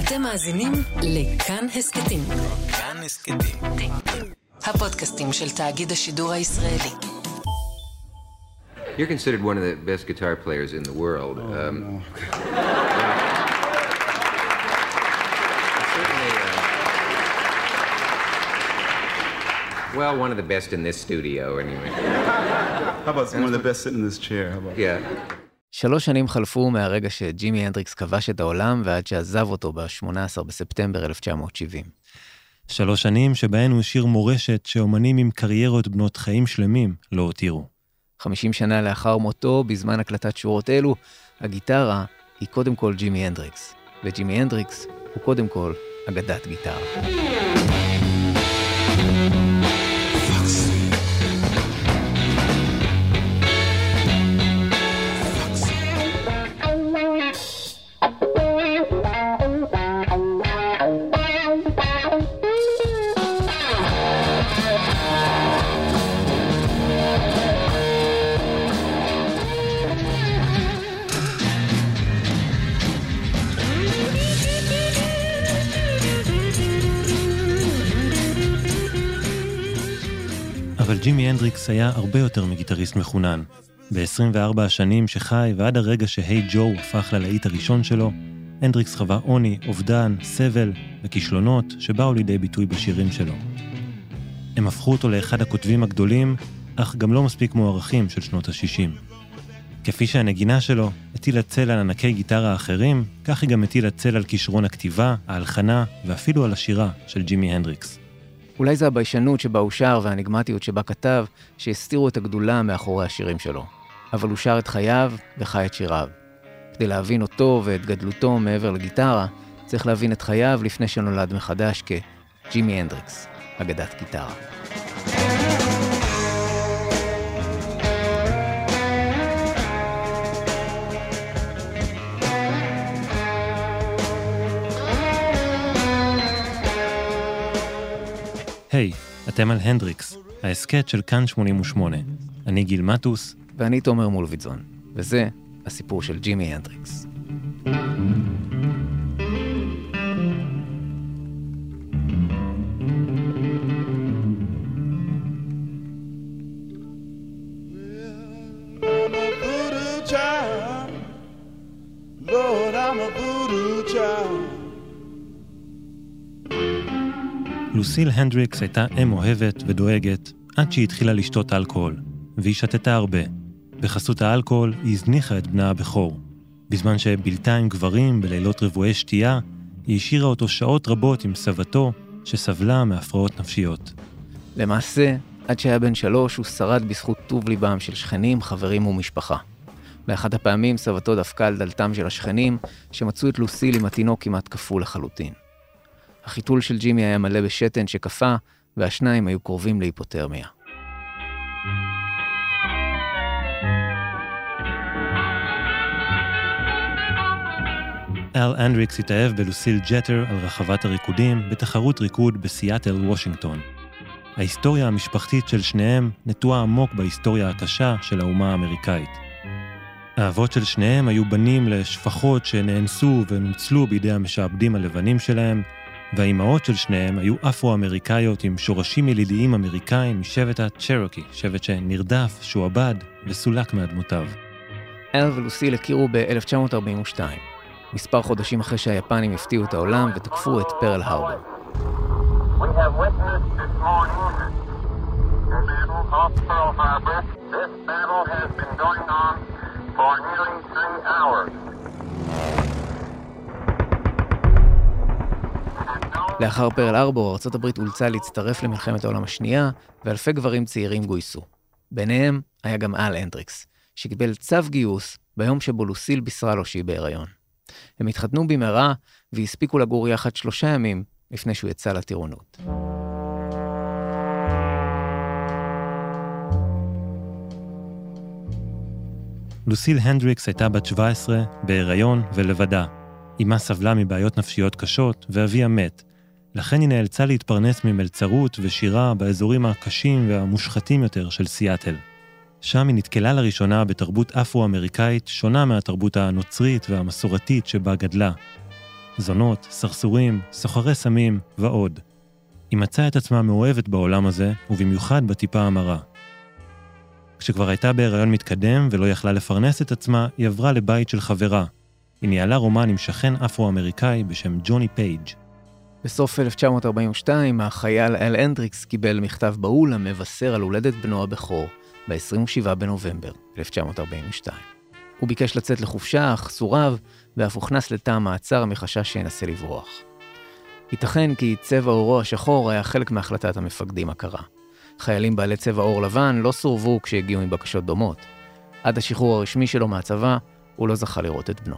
אתם מאזינים לכאן הסקטים. כאן הסקטים. הפודקאסטים של תאגיד השידור הישראלי. You're considered one of the best guitar players in the world. No. Certainly, well, one of the best in this studio, anyway. How about one of the best sitting in this chair? How about? Yeah. 3 שנים חלפו מהרגע שג'ימי הנדריקס כבש את העולם ועד שעזב אותו ב-18 בספטמבר 1970. 3 שנים שבהן הוא השאיר מורשת שאומנים עם קריירות בנות חיים שלמים לא הותירו. 50 שנה לאחר מותו, בזמן הקלטת שורות אלו, הגיטרה היא קודם כל ג'ימי הנדריקס, וג'ימי הנדריקס הוא קודם כל אגדת גיטרה. אבל ג'ימי הנדריקס היה הרבה יותר מגיטריסט מחונן. ב-24 השנים שחי ועד הרגע שהי ג'ו הפך ללהיט הראשון שלו, הנדריקס חווה עוני, אובדן, סבל וכישלונות שבאו לידי ביטוי בשירים שלו. הם הפכו אותו לאחד הכותבים הגדולים, אך גם לא מספיק מוערכים של שנות ה-60. כפי שהנגינה שלו הטילה צל על ענקי גיטרה האחרים, כך היא גם הטילה צל על כישרון הכתיבה, ההלחנה ואפילו על השירה של ג'ימי הנדריקס. אולי זה הביישנות שבה הוא שר והאניגמטיות שבה כתב, שהסתירו את הגדולה מאחורי השירים שלו. אבל הוא שר את חייו וחי את שיריו. כדי להבין אותו ואת גדלותו מעבר לגיטרה, צריך להבין את חייו לפני שנולד מחדש כג'ימי הנדריקס, אגדת גיטרה. היי, אתם על הנדריקס, ההסקט של כאן 88. אני גיל מטוס. ואני תומר מולביטזון, וזה הסיפור של ג'ימי הנדריקס. לוסיל הנדריקס הייתה אם אוהבת ודואגת עד שהיא התחילה לשתות אלכוהול, והיא שתתה הרבה. בחסות האלכוהול היא הזניחה את בנה הבכור. בזמן שבילתה עם גברים בלילות רבועי שתייה, היא השאירה אותו שעות רבות עם סבתו שסבלה מהפרעות נפשיות. למעשה, עד שהיה בן 3 הוא שרד בזכות טוב ליבם של שכנים, חברים ומשפחה. באחת הפעמים סבתו דפקה על דלתם של השכנים שמצאו את לוסיל עם התינוק כמעט כפול לחלוטין. החיתול של ג'ימי היה מלא בשתן שקפה, והשניים היו קרובים להיפותרמיה. אל הנדריקס התאהב בלוסיל ג'טר על רחבת הריקודים בתחרות ריקוד בסיאטל, וושינגטון. ההיסטוריה המשפחתית של שניהם נטועה עמוק בהיסטוריה הקשה של האומה האמריקאית. האבות של שניהם היו בנים לשפחות שנאנסו ונוצלו בידי המשעבדים הלבנים שלהם, והאימהות של שניהם היו אפרו-אמריקאיות עם שורשים ילידיים אמריקאים משבט הצ'רוקי, שבט שנרדף, שועבד וסולק מאדמותיו. אל ולוסיל הכירו ב-1942, מספר חודשים אחרי שהיפנים הפתיעו את העולם ותקפו את פרל הרבור. We have witnessed this morning the battle of Pearl Harbor. This battle has been going on for nearly 3 hours. לאחר פרל הרבור, ארצות הברית אולצה להצטרף למלחמת העולם השנייה, ואלפי גברים צעירים גויסו. ביניהם היה גם אל הנדריקס, שקיבל צו גיוס ביום שבו לוסיל בישרה לו שהיא בהיריון. הם התחתנו במהרה, והספיקו לגור יחד 3 ימים לפני שהוא יצא לטירונות. לוסיל הנדריקס הייתה בת 17, בהיריון ולבדה. אמה סבלה מבעיות נפשיות קשות, ואביה מת. לכן היא נאלצה להתפרנס ממלצרות ושירה באזורים הקשים והמושחתים יותר של סיאטל. שם היא נתקלה לראשונה בתרבות אפרו-אמריקאית שונה מהתרבות הנוצרית והמסורתית שבה גדלה. זונות, סרסורים, סוחרי סמים ועוד. היא מצאה את עצמה מאוהבת בעולם הזה, ובמיוחד בטיפה המרה. כשכבר הייתה בהיריון מתקדם ולא יכלה לפרנס את עצמה, היא עברה לבית של חברה. היא ניהלה רומן עם שכן אפרו-אמריקאי בשם ג'וני פייג'. בסוף 1942, החייל אל הנדריקס קיבל מכתב בהול המבשר על הולדת בנו הבכור, ב-27 בנובמבר 1942. הוא ביקש לצאת לחופשה, אך סורב, ואף הוכנס לתא מעצר מחשש שינסה לברוח. ייתכן כי צבע עורו השחור היה חלק מהחלטת המפקדים הקרה. חיילים בעלי צבע עור לבן לא סורבו כשהגיעו עם בקשות דומות. עד השחרור הרשמי שלו מהצבא, הוא לא זכה לראות את בנו.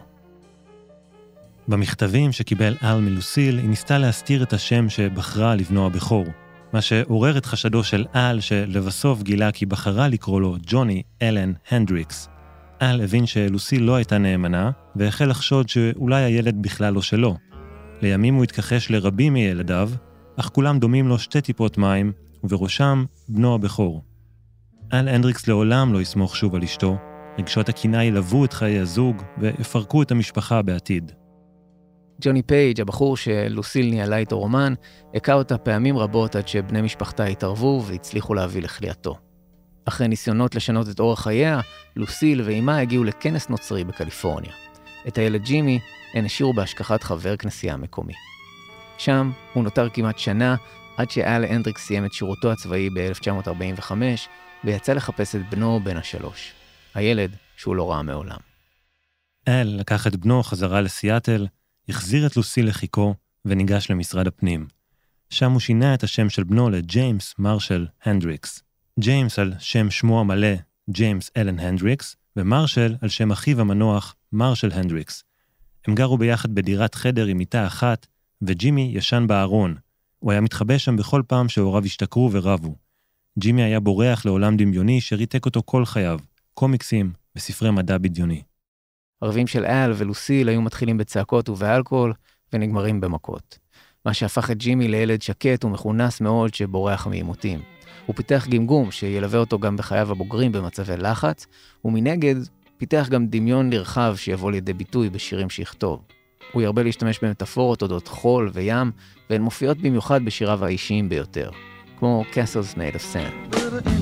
במכתבים שקיבל אל מלוסיל, היא ניסתה להסתיר את השם שבחרה לבנו הבכור, מה שעורר את חשדו של אל שלבסוף גילה כי בחרה לקרוא לו ג'וני אלן הנדריקס. אל הבין שלוסיל לא הייתה נאמנה, והחל לחשוד שאולי הילד בכלל לא שלו. לימים הוא התכחש לרבים מילדיו, אך כולם דומים לו 2 טיפות מים, ובראשם בנו הבכור. אל הנדריקס לעולם לא יסמוך שוב על אשתו, רגשות הקנאה ילוו את חיי הזוג, ויפרקו את המשפחה בעתיד. ג'וני פייג', הבחור שלוסיל ניהלה איתו רומן, הכר אותה פעמים רבות עד שבני משפחתה התערבו והצליחו להביא לחלייתו. אחרי ניסיונות לשנות את אורח חייה, לוסיל ואימה הגיעו לכנס נוצרי בקליפורניה. את הילד ג'ימי הן השאירו בהשכחת חבר כנסייה מקומי. שם הוא נותר כמעט שנה עד שאל הנדריקס סיים את שירותו הצבאי ב-1945 ויצא לחפש את בנו בן 3, הילד שהוא לא ראה מעולם. אל לקח את בנו חזרה לסיאטל, החזיר את לוסיל לחיקו וניגש למשרד הפנים. שם הוא שינה את השם של בנו לג'יימס מרשל הנדריקס. ג'יימס על שם שמו המלא, ג'יימס אלן הנדריקס, ומרשל על שם אחיו המנוח, מרשל הנדריקס. הם גרו ביחד בדירת חדר עם מיטה אחת, וג'ימי ישן בארון. הוא היה מתחבא שם בכל פעם שהוריו השתכרו ורבו. ג'ימי היה בורח לעולם דמיוני שריתק אותו כל חייו, קומיקסים וספרי מדע בדיוני. ערבים של אל ולוסיל היו מתחילים בצעקות ובאלכוהול ונגמרים במכות. מה שהפך את ג'ימי לילד שקט ומכונס מאוד שבורח מעימותים. הוא פיתח גמגום שילווה אותו גם בחייו הבוגרים במצבי לחץ, ומנגד פיתח גם דמיון נרחב שיבוא לידי ביטוי בשירים שיכתוב. הוא ירבה להשתמש במטאפורות אודות חול וים, והן מופיעות במיוחד בשיריו האישיים ביותר, כמו Castles Made of Sand.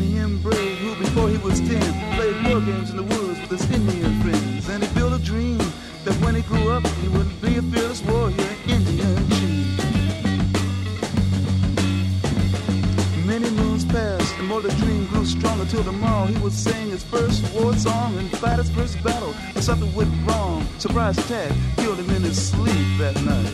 More the dream grew stronger till tomorrow he would sing his first war song and fight his first battle. But something went wrong. Surprise attack killed him in his sleep that night.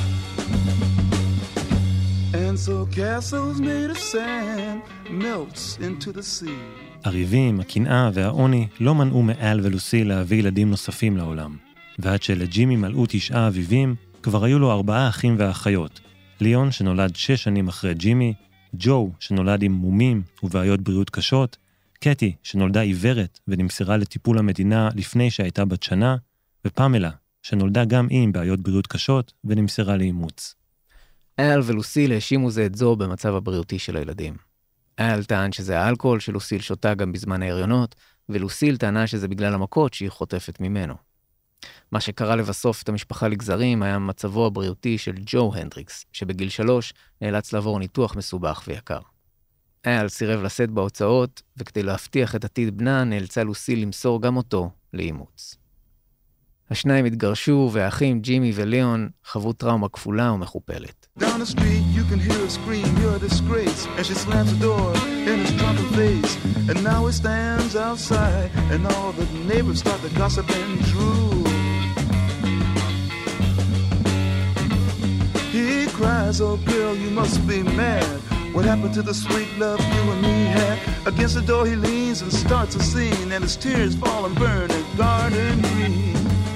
And so castles made of sand melts into the sea. הריבים, הקנאה והעוני לא מנעו מאל ולוסיל להביא ילדים נוספים לעולם. ועד שלג'ימי מלאו 9 אביבים, כבר היו לו 4 אחים ואחיות. ליאון שנולד 6 שנים אחרי ג'ימי, ג'ו, שנולד עם מומים ובעיות בריאות קשות, קטי, שנולדה עיוורת ונמסרה לטיפול המדינה לפני שהייתה בת שנה, ופמלה, שנולדה גם היא עם בעיות בריאות קשות ונמסרה לאימוץ. אל ולוסיל האשימו זה את זו במצב הבריאותי של הילדים. אל טען שזה האלכוהול שלוסיל שותה גם בזמן ההריונות, ולוסיל טענה שזה בגלל המכות שהיא חוטפת ממנו. מה שקרה לבסוף את המשפחה לגזרים היה מצבו הבריאותי של ג'ו הנדריקס, שבגיל 3 נאלץ לעבור ניתוח מסובך ויקר. אל סירב לשאת בהוצאות, וכדי להבטיח את עתיד בנה נאלצה לוסיל למסור גם אותו לאימוץ. השניים התגרשו, והאחים ג'ימי וליאון חוו טראומה כפולה ומכופלת. Down the street you can hear her scream, you're a disgrace, and she slams the door in his drunken face, and now he stands outside, and all the neighbors start to gossip and drool. He cries, oh girl, you must be mad. What happened to the sweet love you and me had? Against the door he leans and starts a scene, and his tears fall and burn in garden green.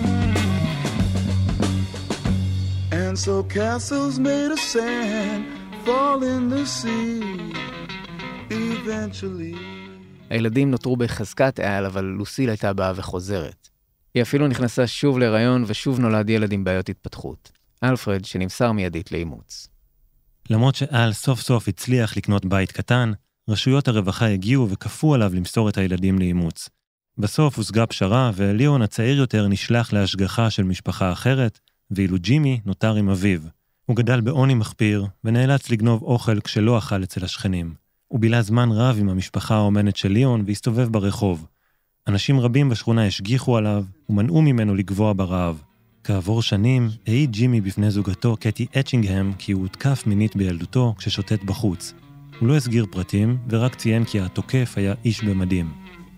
And so castles made of sand fall in the sea eventually. הילדים נותרו בחזקת אל, אבל לוסיל הייתה באה וחוזרת. היא אפילו נכנסה שוב להיריון ושוב נולד ילד עם בעיות התפתחות. אלפרד שנמסר מיידית לאימוץ. למרות שאל סוף סוף הצליח לקנות בית קטן, רשויות הרווחה הגיעו וכפו עליו למסור את הילדים לאימוץ. בסוף הושגה פשרה, וליאון הצעיר יותר נשלח להשגחה של משפחה אחרת, ואילו ג'ימי נותר עם אביו. הוא גדל בעוני מחפיר, ונאלץ לגנוב אוכל כשלא אכל אצל השכנים. הוא בילה זמן רב עם המשפחה האומנת של ליאון, והסתובב ברחוב. אנשים רבים בשכונה השגיחו עליו, ומנעו ממנו לגבוה ברעב. כעבור שנים, העיד ג'ימי בפני זוגתו קטי אצ'ינגהם, כי הוא הותקף מינית בילדותו כששוטט בחוץ. הוא לא הסגיר פרטים, ורק ציין כי התוקף היה איש במדים.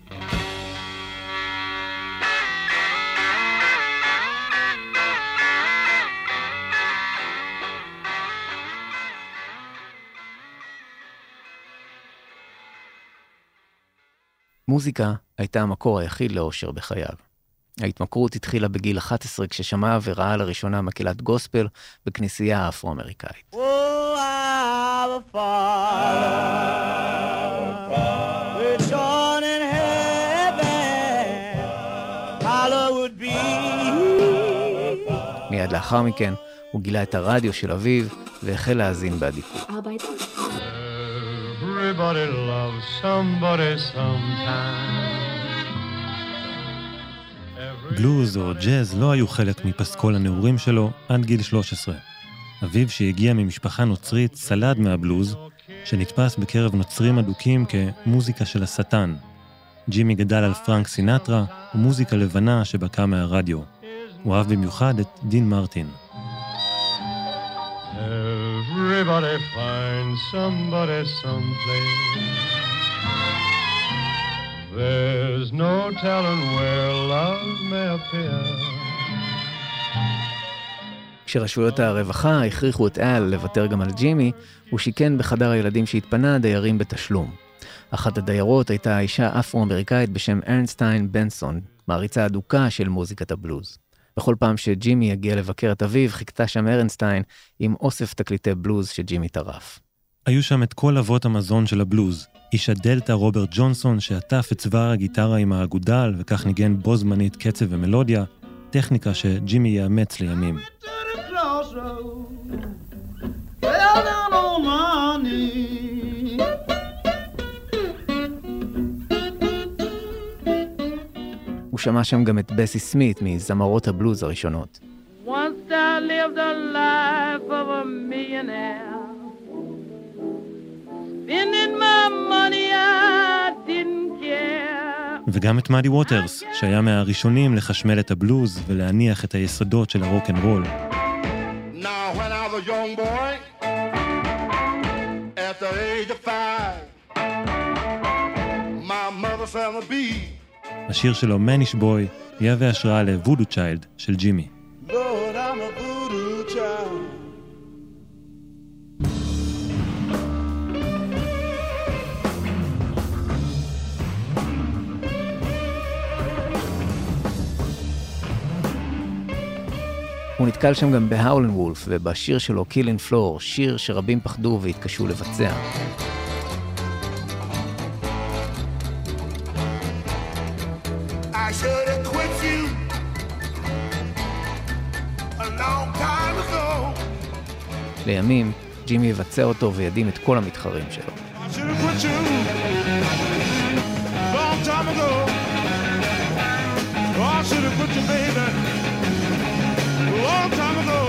מוזיקה הייתה המקור היחיד לאושר בחייו. ההתמכרות התחילה בגיל 11 כששמע וראה לראשונה מקהלת גוספל בכנסייה האפרו-אמריקאית. מיד לאחר מכן הוא גילה את הרדיו של אביו והחל להאזין בעדיפות. Everybody loves somebody sometime. בלוז או ג'אז לא היו חלק מפסקול הנעורים שלו עד גיל 13. אביו שהגיע ממשפחה נוצרית סלד מהבלוז, שנתפס בקרב נוצרים אדוקים כמוזיקה של השטן. ג'ימי גדל על פרנק סינטרה ומוזיקה לבנה שבקעה מהרדיו. הוא אהב במיוחד את דין מרטין. Everybody finds somebody someplace. There's no telling where love may appear. כשרשויות הרווחה הכריחו את אל לוותר גם על ג'ימי, הוא שיקן בחדר הילדים שהתפנה דיירים בתשלום. אחת הדיירות הייתה אישה אפרו-אמריקאית בשם ארנסטיין בנסון, מעריצה אדוקה של מוזיקת הבלוז. בכל פעם שג'ימי הגיע לבקר את אביו, חיכתה שם ארנסטיין עם אוסף תקליטי בלוז שג'ימי טרף. היו שם את כל אבות המזון של הבלוז, איש הדלטה רוברט ג'ונסון שעטף את צוואר הגיטרה עם האגודל וכך ניגן בו זמנית קצב ומלודיה, טכניקה שג'ימי יאמץ לימים. הוא שמע שם גם את בסי סמית מזמרות הבלוז הראשונות. Once I lived a life of a millionaire. Spending my money I didn't care. וגם את מאדי ווטרס, שהיה מהראשונים לחשמל את הבלוז ולהניח את היסודות של הרוק אנד רול. Now when I was a young boy, at the age of 5, my mother found a bee. השיר שלו, מניש בוי, יהווה השראה לוודו צ'יילד של ג'ימי. Lord, I'm a voodoo child. הוא נתקל שם גם בהאולן וולף ובשיר שלו קילין פלור, שיר שרבים פחדו והתקשו לבצע. I should have quit you a long time ago. לימים, ג'ימי יבצע אותו וידעים את כל המתחרים שלו. I should have quit you a long time ago. Oh, I should have quit you, baby, a long time ago.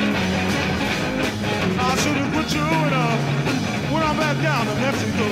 I should have quit you when I'm back down to Mexico.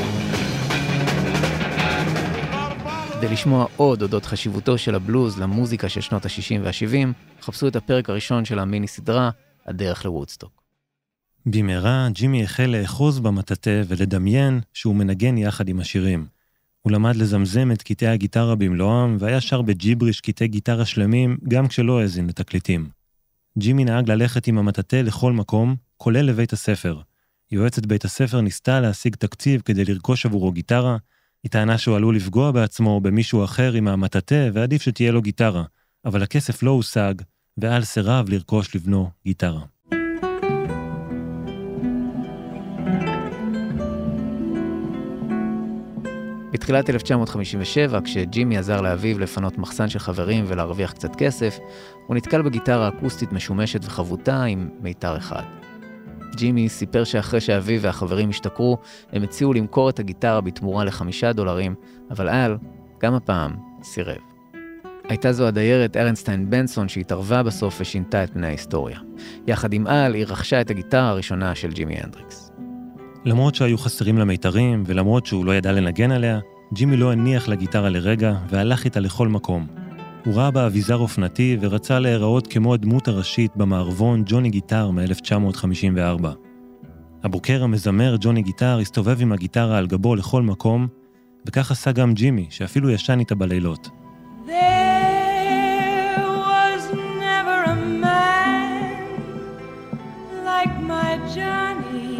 כדי לשמוע עוד אודות חשיבותו של הבלוז למוזיקה של שנות ה-60 וה-70, חפשו את הפרק הראשון של המיני סדרה, הדרך לוודסטוק. במהרה, ג'ימי החל לאחוז במטאטה ולדמיין שהוא מנגן יחד עם השירים. הוא למד לזמזם את קטעי הגיטרה במלואם, והיה שר בג'יבריש קטעי גיטרה שלמים, גם כשלא האזין לתקליטים. ג'ימי נהג ללכת עם המטאטה לכל מקום, כולל לבית הספר. יועצת בית הספר ניסתה להשיג תקציב כדי לרכוש עבורו גיטרה, היא טענה שהוא עלול לפגוע בעצמו או במישהו אחר עם המטאטה, ועדיף שתהיה לו גיטרה, אבל הכסף לא הושג, ואל סירב לרכוש לבנו גיטרה. בתחילת 1957, כשג'ימי עזר לאביו לפנות מחסן של חברים ולהרוויח קצת כסף, הוא נתקל בגיטרה אקוסטית משומשת וחבוטה עם מיתר אחד. ג'ימי סיפר שאחרי שאביו והחברים השתכרו, הם הציעו למכור את הגיטרה בתמורה $5, אבל אל, גם הפעם, סירב. הייתה זו הדיירת ארנסטיין בנסון שהתערבה בסוף ושינתה את פני ההיסטוריה. יחד עם אל, היא רכשה את הגיטרה הראשונה של ג'ימי הנדריקס. למרות שהיו חסרים לה מיתרים, ולמרות שהוא לא ידע לנגן עליה, ג'ימי לא הניח לגיטרה לרגע והלך איתה לכל מקום. הוא ראה בה אביזר אופנתי ורצה להיראות כמו הדמות הראשית במערבון ג'וני גיטר מ-1954. הבוקר המזמר ג'וני גיטר הסתובב עם הגיטרה על גבו לכל מקום, וכך עשה גם ג'ימי, שאפילו ישן איתה בלילות. There was never a man like my Johnny,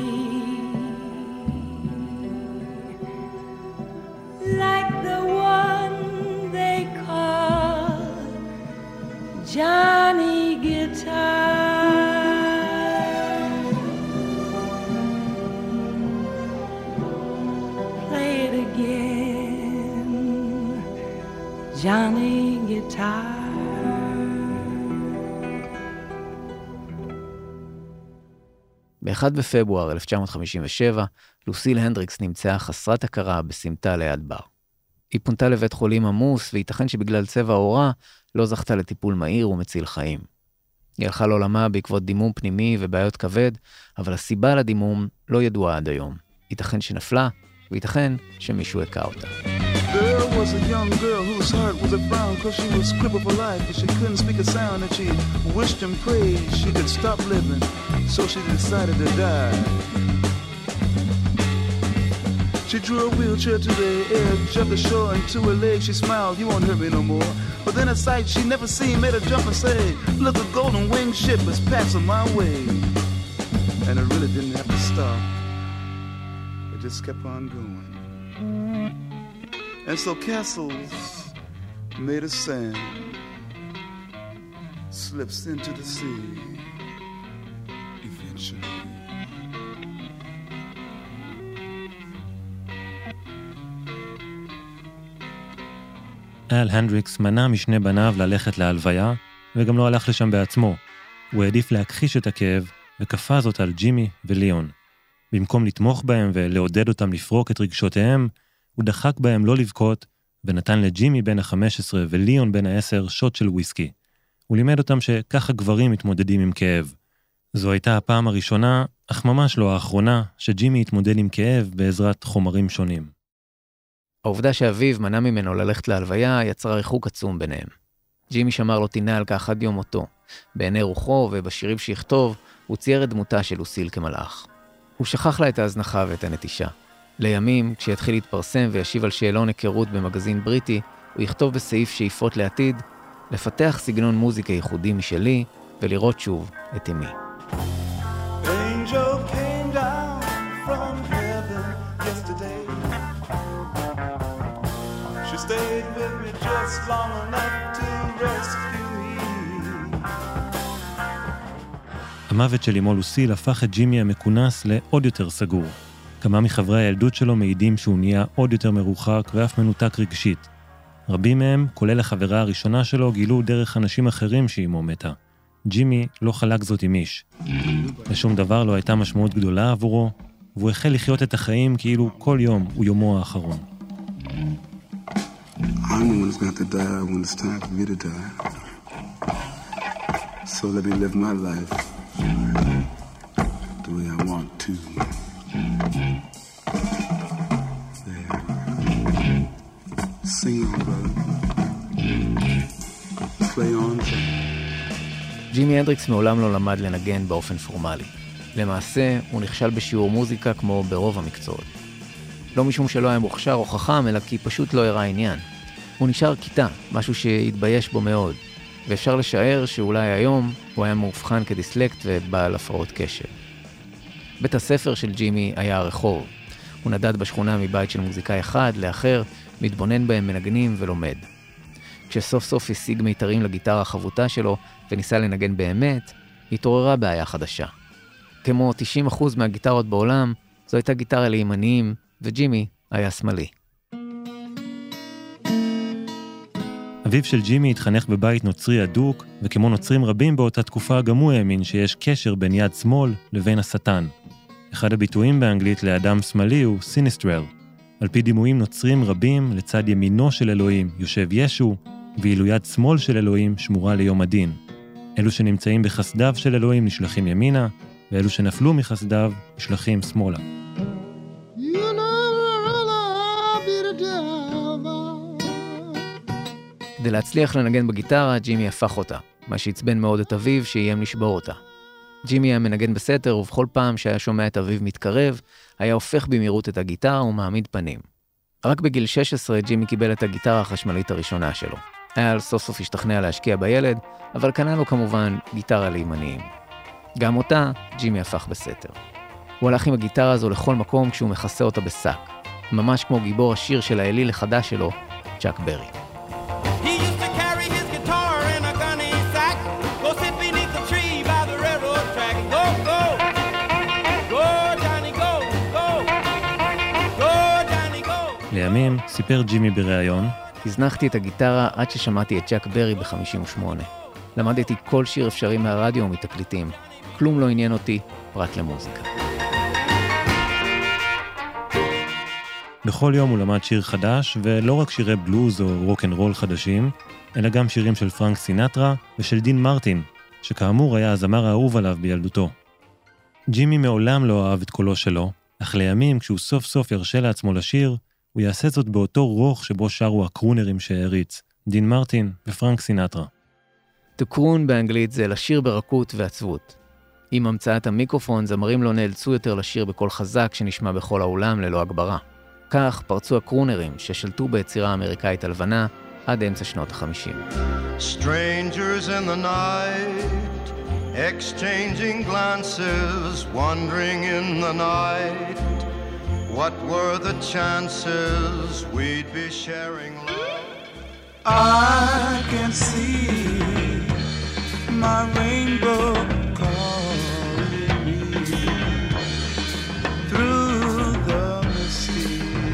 like the one they call Johnny Guitar. Play it again, Johnny Guitar. ב-1 בפברואר 1957, לוסיל הנדריקס נמצאה חסרת הכרה בסמטה ליד בר. היא פונתה לבית חולים עמוס, וייתכן שבגלל צבע העורה לא זכתה לטיפול מהיר ומציל חיים. היא הלכה לעולמה בעקבות דימום פנימי ובעיות כבד, אבל הסיבה לדימום לא ידועה עד היום. ייתכן שנפלה, וייתכן שמישהו הקע אותה. There was a young girl whose heart was brown cause she was crippled for life and she couldn't speak a sound and she wished and prayed she could stop living, so she decided to die. She drew a wheelchair to the edge of the shore and to her leg she smiled, you won't hurt me no more. But then a sight she never seen made her jump and say, look, a golden winged ship is passing my way. And it really didn't have to stop. It just kept on going. And so castles made of sand slips into the sea eventually. אל הנדריקס מנע משני בניו ללכת להלוויה, וגם לא הלך לשם בעצמו. הוא העדיף להכחיש את הכאב, וכפה זאת על ג'ימי וליאון. במקום לתמוך בהם ולעודד אותם לפרוק את רגשותיהם, הוא דחק בהם לא לבכות, ונתן לג'ימי בן ה-15 וליאון בן ה-10 שוט של וויסקי. הוא לימד אותם שככה גברים מתמודדים עם כאב. זו הייתה הפעם הראשונה, אך ממש לא האחרונה, שג'ימי התמודד עם כאב בעזרת חומרים שונים. העובדה שאביו מנע ממנו ללכת להלוויה יצרה ריחוק עצום ביניהם. ג'ימי שמר לו טינה על כך עד יום מותו. בעיני רוחו ובשירים שיכתוב, הוא צייר את דמותה של לוסיל כמלאך. הוא שכח לה את ההזנחה ואת הנטישה. לימים, כשיתחיל להתפרסם וישיב על שאלון היכרות במגזין בריטי, הוא יכתוב בסעיף שאיפות לעתיד, לפתח סגנון מוזיקה ייחודי משלי ולראות שוב את אמי. Angel came down from heaven yesterday. She stayed with me just long enough to rescue me. המוות של אמו לוסיל הפך את ג'ימי המכונס לעוד יותר סגור. כמה מחברי הילדות שלו מעידים שהוא נהיה עוד יותר מרוחק ואף מנותק רגשית. רבים מהם, כולל החברה הראשונה שלו, גילו דרך אנשים אחרים שאמו מתה. ג'ימי לא חלק זאת עם איש. לשום דבר לא הייתה משמעות גדולה עבורו, והוא החל לחיות את החיים כאילו כל יום הוא יומו האחרון. I'm the one who's got to die when it's time for me to die. So let me live my life the way I want to. There. Sing on, brother. Play on. ג'ימי הנדריקס מעולם לא למד לנגן באופן פורמלי. למעשה, הוא נכשל בשיעור מוזיקה כמו ברוב המקצועות. לא משום שלא היה מוכשר או חכם, אלא כי פשוט לא הראה עניין. הוא נשאר כיתה, משהו שהתבייש בו מאוד, ואפשר לשער שאולי היום הוא היה מאובחן כדיסלקט ובעל הפרעות קשב. בית הספר של ג'ימי היה הרחוב. הוא נדד בשכונה מבית של מוזיקאי אחד לאחר, מתבונן בהם מנגנים ולומד. כשסוף סוף השיג מיתרים לגיטרה החבוטה שלו וניסה לנגן באמת, התעוררה בעיה חדשה. כמו 90% מהגיטרות בעולם, זו הייתה גיטרה לימניים, וג'ימי היה שמאלי. אביו של ג'ימי התחנך בבית נוצרי אדוק, וכמו נוצרים רבים באותה תקופה גם הוא האמין שיש קשר בין יד שמאל לבין השטן. אחד הביטויים באנגלית לאדם שמאלי הוא סיניסטרל. על פי דימויים נוצרים רבים, לצד ימינו של אלוהים יושב ישו, ואילו יד שמאל של אלוהים שמורה ליום הדין. אלו שנמצאים בחסדיו של אלוהים נשלחים ימינה, ואלו שנפלו מחסדיו נשלחים שמאלה. כדי להצליח לנגן בגיטרה, ג'ימי הפך אותה, מה שעצבן מאוד את אביו שאיים לשבור אותה. ג'ימי היה מנגן בסתר, ובכל פעם שהיה שומע את אביו מתקרב, היה הופך במהירות את הגיטרה ומעמיד פנים. רק בגיל 16 ג'ימי קיבל את הגיטרה החשמלית הראשונה שלו. היה סוף סוף השתכנע להשקיע בילד, אבל קנה לו כמובן גיטרה לימניים. גם אותה ג'ימי הפך בסתר. הוא הלך עם הגיטרה הזו לכל מקום כשהוא מכסה אותה בשק, ממש כמו גיבור השיר של האליל החדש שלו, צ'אק ברי. לימים סיפר ג'ימי בריאיון, הזנחתי את הגיטרה עד ששמעתי את צ'אק ברי ב-58. למדתי כל שיר אפשרי מהרדיו ומתקליטים. כלום לא עניין אותי, פרט למוזיקה. בכל יום הוא למד שיר חדש, ולא רק שירי בלוז או רוק-אנד-רול חדשים, אלא גם שירים של פרנק סינטרה ושל דין מרטין, שכאמור היה הזמר האהוב עליו בילדותו. ג'ימי מעולם לא אהב את קולו שלו, אך לימים כשהוא סוף סוף ירשה לעצמו לשיר, הוא יעשה זאת באותו רוח שבו שרו הקרונרים שהריץ, דין מרטין ופרנק סינטרה. תקרון באנגלית זה לשיר ברכות ועצבות. עם המצאת המיקרופון, זמרים לא נאלצו יותר לשיר בקול חזק שנשמע בכל העולם ללא הגברה. כך פרצו הקרונרים ששלטו ביצירה האמריקאית הלבנה עד אמצע שנות ה-50. Strangers in the night, exchanging glances, wandering in the night. What were the chances we'd be sharing love? I can see my rainbow calling me through the misty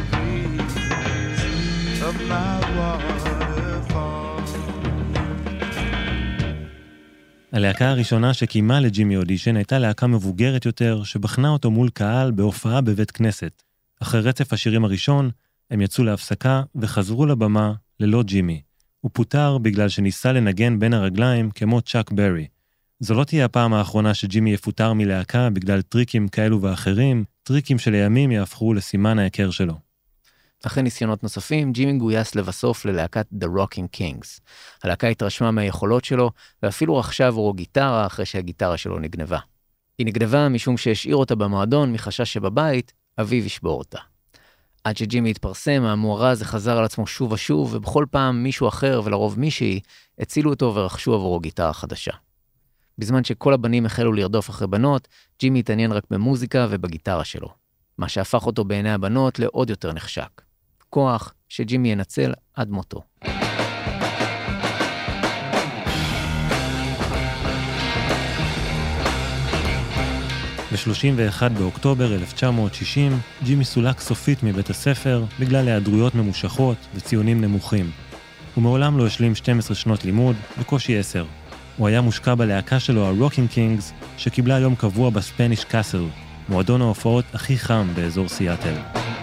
breeze of my waterfall. הלהקה הראשונה שקיימה לג'ימי אודישן הייתה להקה מבוגרת יותר שבחנה אותו מול קהל בהופעה בבית כנסת. אחרי רצף השירים הראשון, הם יצאו להפסקה וחזרו לבמה ללא ג'ימי. הוא פוטר בגלל שניסה לנגן בין הרגליים כמו צ'אק ברי. זו לא תהיה הפעם האחרונה שג'ימי יפוטר מלהקה בגלל טריקים כאלו ואחרים, טריקים שלימים יהפכו לסימן ההיכר שלו. אחרי ניסיונות נוספים, ג'ימי גויס לבסוף ללהקת The Rocking Kings. הלהקה התרשמה מהיכולות שלו, ואפילו רכשה עבורו גיטרה אחרי שהגיטרה שלו נגנבה. היא נגנבה משום שהשאיר אותה במועדון מחשש שבבית אביו ישבור אותה. עד שג'ימי התפרסם, המוארה הזה חזר על עצמו שוב ושוב, ובכל פעם מישהו אחר ולרוב מישהי הצילו אותו ורכשו עבורו גיטרה חדשה. בזמן שכל הבנים החלו לרדוף אחרי בנות, ג'ימי התעניין רק במוזיקה ובגיטרה שלו, מה שהפך אותו בעיני הבנות לעוד יותר נחשק. כוח שג'ימי ינצל עד מותו. ב-31 באוקטובר 1960, ג'ימי סולק סופית מבית הספר בגלל היעדרויות ממושכות וציונים נמוכים. הוא מעולם לא השלים 12 שנות לימוד, בקושי 10. הוא היה מושקע בלהקה שלו, ה-Rocking Kings, שקיבלה יום קבוע בספניש קאסל, מועדון ההופעות הכי חם באזור סיאטל.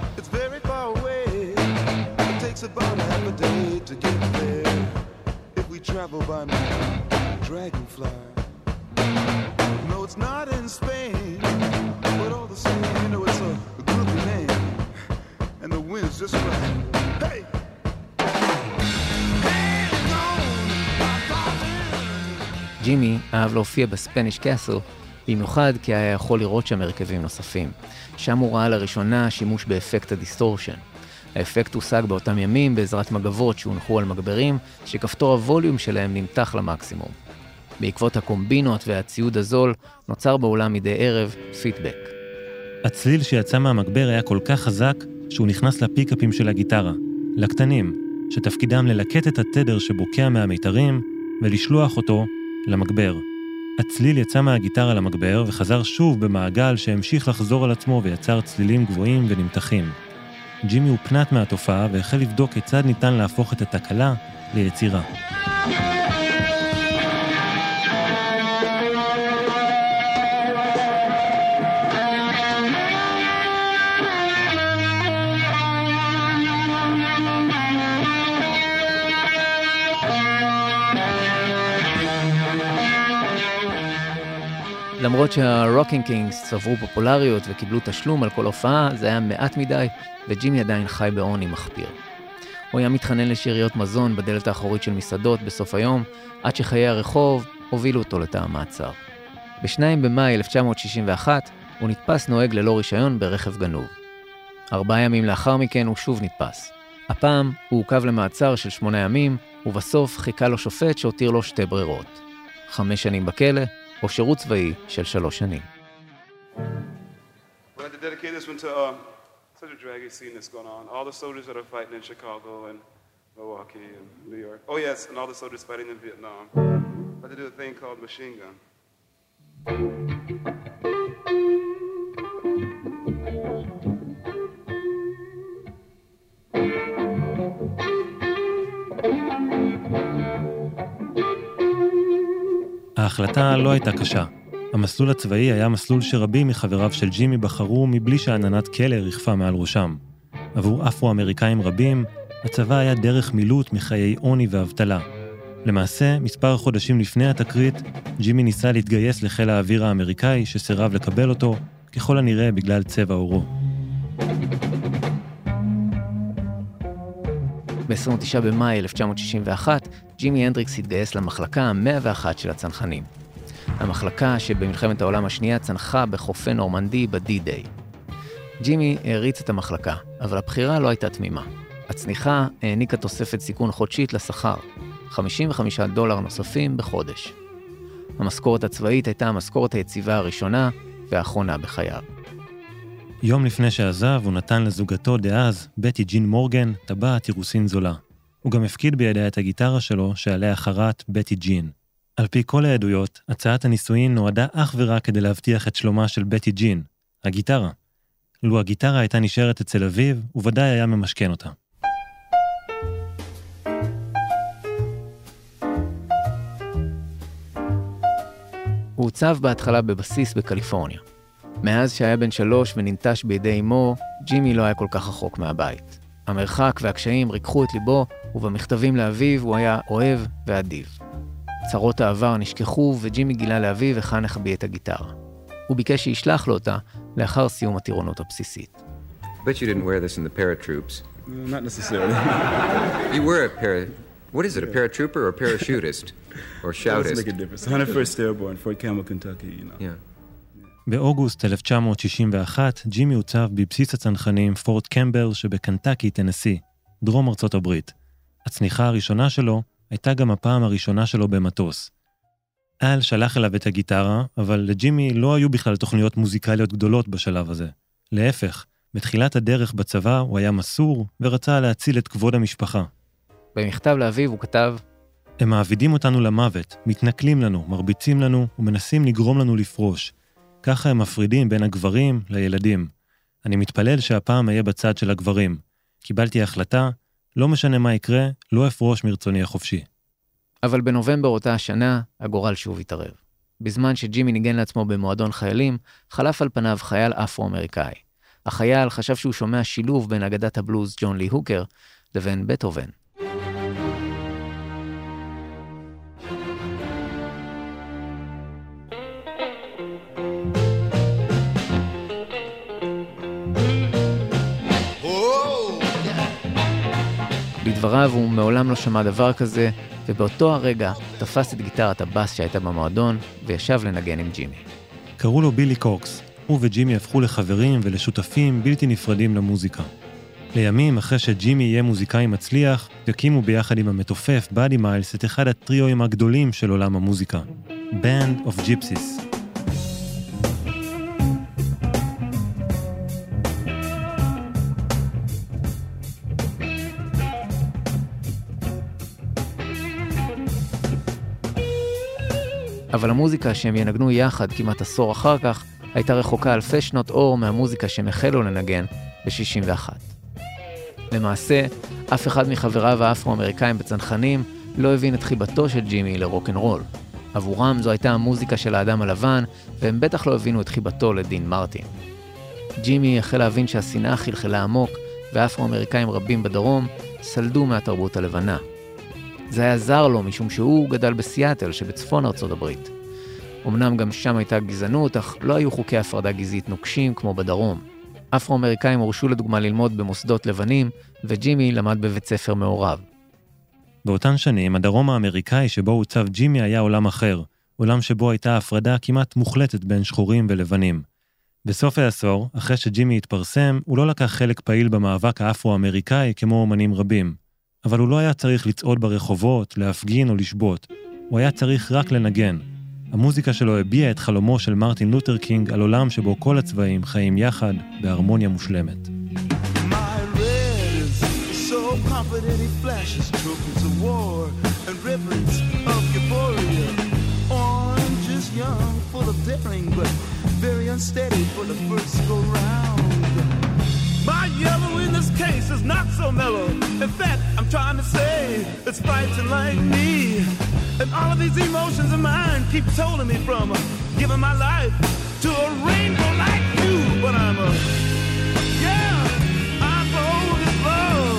Travel by my dragonfly. No, it's not in Spain, but all the same, you know, it's a good name, and the wind's just right. Hey! ג'ימי אהב להופיע בספניש קאסל, במיוחד כי היה יכול לראות שם הרכבים נוספים. שם הוא ראה לראשונה שימוש באפקט הדיסטורשן. האפקט הושג באותם ימים בעזרת מגבות שהונחו על מגברים, שכפתור הווליום שלהם נמתח למקסימום. בעקבות הקומבינות והציוד הזול, נוצר באולם מדי ערב פידבק. הצליל שיצא מהמגבר היה כל כך חזק, שהוא נכנס לפיקאפים של הגיטרה, לקטנים, שתפקידם ללקט את התדר שבוקע מהמיתרים, ולשלוח אותו למגבר. הצליל יצא מהגיטרה למגבר, וחזר שוב במעגל שהמשיך לחזור על עצמו ויצר צלילים גבוהים ונמתחים. ג'ימי הופנט מהתופעה והחל לבדוק כיצד ניתן להפוך את התקלה ליצירה. למרות שהרוקינג קינגס צברו פופולריות וקיבלו תשלום על כל הופעה, זה היה מעט מדי, וג'ימי עדיין חי בעוני מחפיר. הוא היה מתחנן לשאריות מזון בדלת האחורית של מסעדות בסוף היום, עד שחיי הרחוב הובילו אותו לתא המעצר. ב-2 במאי 1961 הוא נתפס נוהג ללא רישיון ברכב גנוב. 4 ימים לאחר מכן הוא שוב נתפס. הפעם הוא עוכב למעצר של 8 ימים, ובסוף חיכה לו שופט שהותיר לו 2 ברירות. 5 שנים בכלא, או שירות צבאי של 3 שנים. We'd like to dedicate this one to such a draggy scene that's going on. All the soldiers that are fighting in Chicago and Milwaukee and New York. Oh yes, and all the soldiers fighting in Vietnam. We'd like to do a thing called Machine Gun. ההחלטה לא הייתה קשה. המסלול הצבאי היה מסלול שרבים מחבריו של ג'ימי בחרו מבלי שעננת כלא ריחפה מעל ראשם. עבור אפרו-אמריקאים רבים, הצבא היה דרך מילוט מחיי עוני ואבטלה. למעשה, מספר חודשים לפני התקרית, ג'ימי ניסה להתגייס לחיל האוויר האמריקאי שסירב לקבל אותו, ככל הנראה בגלל צבע עורו. ב-29 במאי 1961, ג'ימי הנדריקס התגייס למחלקה ה-101 של הצנחנים. המחלקה שבמלחמת העולם השנייה צנחה בחופי נורמנדי ב-D-Day. ג'ימי העריץ את המחלקה, אבל הבחירה לא הייתה תמימה. הצניחה העניקה תוספת סיכון חודשית לשכר, $55 נוספים בחודש. המשכורת הצבאית הייתה המשכורת היציבה הראשונה והאחרונה בחייו. יום לפני שעזב, הוא נתן לזוגתו דאז, בטי ג'ין מורגן, טבעת אירוסין זולה. הוא גם הפקיד בידיה את הגיטרה שלו, שעליה חרת בטי ג'ין. על פי כל העדויות, הצעת הנישואין נועדה אך ורק כדי להבטיח את שלומה של בטי ג'ין, הגיטרה. לו הגיטרה הייתה נשארת אצל אביו, הוא ודאי היה ממשכן אותה. הוא הוצב בהתחלה בבסיס בקליפורניה. מאז שהיה בן 3 וננטש בידי אמו, ג'ימי לא היה כל כך רחוק מהבית. המרחק והקשיים ריככו את ליבו, ובמכתבים לאביו הוא היה אוהב ואדיב. צרות העבר נשכחו, וג'ימי גילה לאביו היכן החביא את הגיטרה. הוא ביקש שישלח לו אותה לאחר סיום הטירונות הבסיסית. Bet you didn't wear this in the paratroops. Not necessarily. You were a what is it, a paratrooper or a parachutist? Or shoutist? Doesn't make a difference. 101st Airborne, Fort Campbell, Kentucky, you know. Yeah. באוגוסט 1961, ג'ימי הוצב בבסיס הצנחנים פורט קמבל שבקנטקי, טנסי, דרום ארצות הברית. הצניחה הראשונה שלו הייתה גם הפעם הראשונה שלו במטוס. אל שלח אליו את הגיטרה, אבל לג'ימי לא היו בכלל תוכניות מוזיקליות גדולות בשלב הזה. להפך, בתחילת הדרך בצבא הוא היה מסור ורצה להציל את כבוד המשפחה. במכתב לאביו הוא כתב, הם מעבידים אותנו למוות, מתנכלים לנו, מרביצים לנו ומנסים לגרום לנו לפרוש. ככה הם מפרידים בין הגברים לילדים. אני מתפלל שהפעם אהיה בצד של הגברים. קיבלתי החלטה, לא משנה מה יקרה, לא אפרוש מרצוני החופשי. אבל בנובמבר אותה השנה, הגורל שוב התערב. בזמן שג'ימי ניגן לעצמו במועדון חיילים, חלף על פניו חייל אפרו-אמריקאי. החייל חשב שהוא שומע שילוב בין אגדת הבלוז ג'ון לי הוקר לבין בטהובן. לדבריו הוא מעולם לא שמע דבר כזה, ובאותו הרגע תפס את גיטרת הבאס שהייתה במועדון, וישב לנגן עם ג'ימי. קראו לו בילי קוקס. הוא וג'ימי הפכו לחברים ולשותפים בלתי נפרדים למוזיקה. לימים, אחרי שג'ימי יהיה מוזיקאי מצליח, יקימו ביחד עם המתופף באדי מיילס את אחד הטריואים הגדולים של עולם המוזיקה, Band of Gypsies. אבל המוזיקה שהם ינגנו יחד כמעט עשור אחר כך, הייתה רחוקה אלפי שנות אור מהמוזיקה שהם החלו לנגן ב-61. למעשה, אף אחד מחבריו האפרו-אמריקאים בצנחנים לא הבין את חיבתו של ג'ימי לרוק'נ'רול. עבורם זו הייתה המוזיקה של האדם הלבן, והם בטח לא הבינו את חיבתו לדין מרטין. ג'ימי החל להבין שהשנאה חלחלה עמוק, ואפרו-אמריקאים רבים בדרום סלדו מהתרבות הלבנה. זה היה זר לו משום שהוא גדל בסיאטל שבצפון ארצות הברית. אמנם גם שם הייתה גזענות, אך לא היו חוקי הפרדה גזעית נוקשים כמו בדרום. אפרו-אמריקאים הורשו לדוגמה ללמוד במוסדות לבנים, וג'ימי למד בבית ספר מעורב. באותן שנים, הדרום האמריקאי שבו הוצב ג'ימי היה עולם אחר, עולם שבו הייתה הפרדה כמעט מוחלטת בין שחורים ולבנים. בסוף העשור, אחרי שג'ימי התפרסם, הוא לא לקח חלק פעיל במאבק האפרו-אמריקאי כמו אומנים רבים. אבל הוא לא היה צריך לצעוד ברחובות, להפגין או לשבות. הוא היה צריך רק לנגן. המוזיקה שלו הביעה את חלומו של מרטין לותר קינג על עולם שבו כל הצבעים חיים יחד בהרמוניה מושלמת. Confident he flashes trophies of war and ribbons of euphoria. Orange is young, full of daring, but very unsteady for the first go-round. My yellow in this case is not so mellow. In fact, I'm trying to say it's fighting like me. And all of these emotions of mine keep holding me from giving my life to a rainbow like you. But I'm a, yeah, I'm bold as love.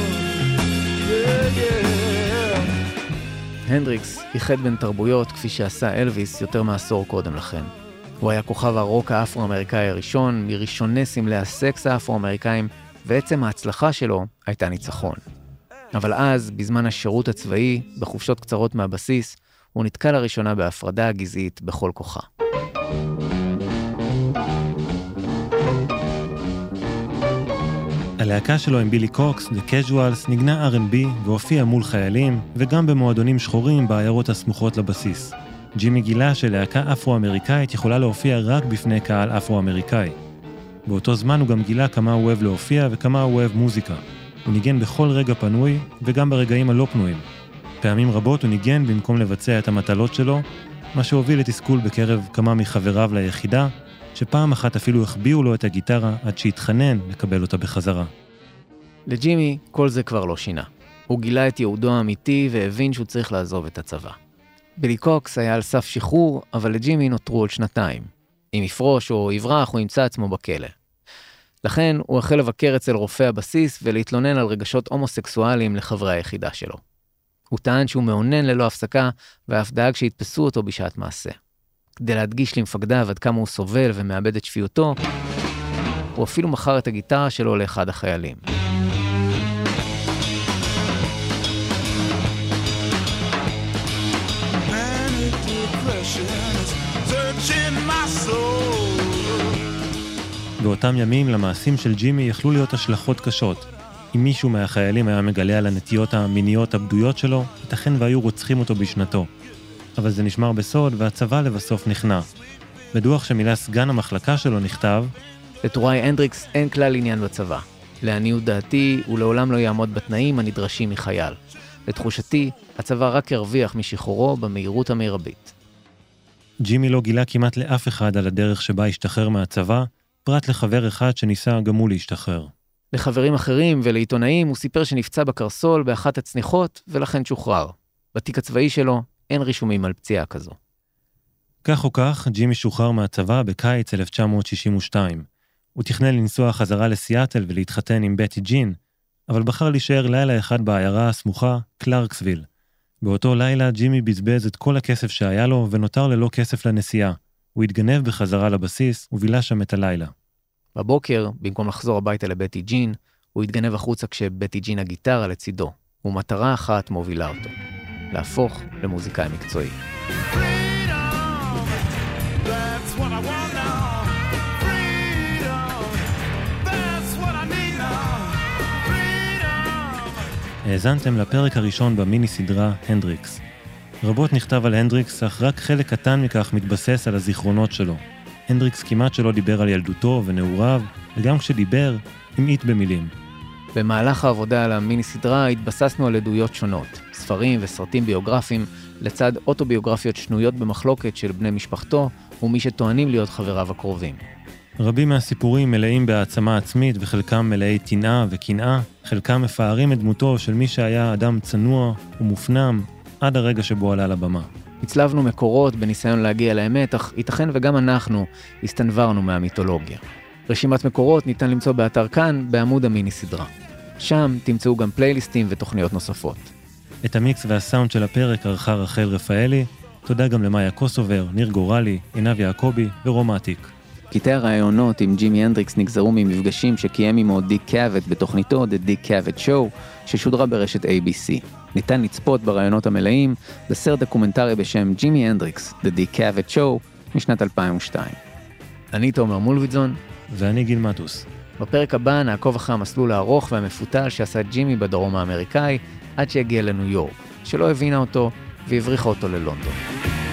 הנדריקס איחד בין תרבויות כפי שעשה אלוויס יותר מעשור קודם לכן. הוא היה כוכב הרוק האפרו-אמריקאי הראשון, מראשוני סמלי הסקס האפרו-אמריקאים, ועצם ההצלחה שלו הייתה ניצחון. אבל אז, בזמן השירות הצבאי, בחופשות קצרות מהבסיס, הוא נתקע לראשונה בהפרדה הגזעית בכל כוחה. הלהקה שלו עם בילי קוקס, The Casuals, ניגנה R&B והופיע מול חיילים, וגם במועדונים שחורים בעיירות הסמוכות לבסיס. ג'ימי גילה שלהקה אפרו-אמריקאית יכולה להופיע רק בפני קהל אפרו-אמריקאי. באותו זמן הוא גם גילה כמה הוא אוהב להופיע וכמה הוא אוהב מוזיקה. הוא ניגן בכל רגע פנוי וגם ברגעים הלא פנויים. פעמים רבות הוא ניגן במקום לבצע את המטלות שלו, מה שהוביל לתסכול בקרב כמה מחבריו ליחידה, שפעם אחת אפילו החביאו לו את הגיטרה עד שהתחנן לקבל אותה בחזרה. לג'ימי כל זה כבר לא שינה. הוא גילה את יהודו האמיתי והבין שהוא צריך לעזוב את הצבא. בילי קוקס היה על סף שחרור, אבל לג'ימי נותרו עוד 2. אם יפרוש או יברח, הוא ימצא עצמו בכלא. לכן הוא החל לבקר אצל רופא הבסיס ולהתלונן על רגשות הומוסקסואליים לחברי היחידה שלו. הוא טען שהוא מעונן ללא הפסקה, ואף דאג שיתפסו אותו בשעת מעשה. כדי להדגיש למפקדיו עד כמה הוא סובל ומאבד את שפיותו, הוא אפילו מכר את הגיטרה שלו לאחד החיילים. באותם ימים למעשים של ג'ימי יכלו להיות השלכות קשות. אם מישהו מהחיילים היה מגלה על הנטיות המיניות הבדויות שלו, ייתכן והיו רוצחים אותו בשנתו. אבל זה נשמר בסוד והצבא לבסוף נכנע. בדוח שמילא סגן המחלקה שלו נכתב, לטוראי הנדריקס אין כלל עניין בצבא. לעניות דעתי הוא לעולם לא יעמוד בתנאים הנדרשים מחייל. לתחושתי, הצבא רק ירוויח משחרורו במהירות המרבית. ג'ימי לא גילה כמעט לאף אחד על הדרך שבה השתחרר מהצבא, פרט לחבר אחד שניסה גם הוא להשתחרר. לחברים אחרים ולעיתונאים הוא סיפר שנפצע בקרסול באחת הצניחות ולכן שוחרר. בתיק הצבאי שלו אין רישומים על פציעה כזו. כך או כך, ג'ימי שוחרר מהצבא בקיץ 1962. הוא תכנן לנסוע חזרה לסיאטל ולהתחתן עם בטי ג'ין, אבל בחר להישאר לילה אחד בעיירה הסמוכה, קלרקסוויל. באותו לילה ג'ימי בזבז את כל הכסף שהיה לו ונותר ללא כסף לנסיעה. הוא התגנב בחזרה לבסיס ובילה שם את הלילה. בבוקר, במקום לחזור הביתה לבטי ג'ין, הוא התגנב החוצה כשבטי ג'ין הגיטרה לצידו, ומטרה אחת מובילה אותו, להפוך למוזיקאי מקצועי. האזנתם לפרק הראשון במיני סדרה הנדריקס. רבות נכתב על הנדריקס, אך רק חלק קטן מכך מתבסס על הזיכרונות שלו. הנדריקס כמעט שלא דיבר על ילדותו ונעוריו, וגם כשדיבר, המעיט במילים. במהלך העבודה על המיני סדרה התבססנו על עדויות שונות, ספרים וסרטים ביוגרפיים, לצד אוטוביוגרפיות שנויות במחלוקת של בני משפחתו ומי שטוענים להיות חבריו הקרובים. רבים מהסיפורים מלאים בהעצמה עצמית וחלקם מלאי תנאה וקנאה, חלקם מפארים את דמותו של מי שהיה אדם צנוע ומופנם עד הרגע שבו עלה לבמה. הצלבנו מקורות בניסיון להגיע לאמת, אך ייתכן וגם אנחנו הסתנברנו מהמיתולוגיה. רשימת מקורות ניתן למצוא באתר כאן בעמוד המיני סדרה. שם תמצאו גם פלייליסטים ותוכניות נוספות. את המיקס והסאונד של הפרק ערכה רחל רפאלי, תודה גם למאיה קוסובר, ניר גורלי, עינב יעקבי ורום העתיק. קטעי הרעיונות עם ג'ימי הנדריקס נגזרו ממפגשים שקיים עמו דיק קאבט בתוכניתו The Dick Cavett Show, ששודרה ברשת ABC. ניתן לצפות ברעיונות המלאים בסרט דוקומנטרי בשם ג'ימי הנדריקס, The Dick Cavett Show, משנת 2002. אני תומר מולביטזון. ואני גיל מטוס. בפרק הבא נעקוב אחרי המסלול הארוך והמפותל שעשה ג'ימי בדרום האמריקאי, עד שהגיע לניו יורק, שלא הבינה אותו והבריחה אותו ללונדון.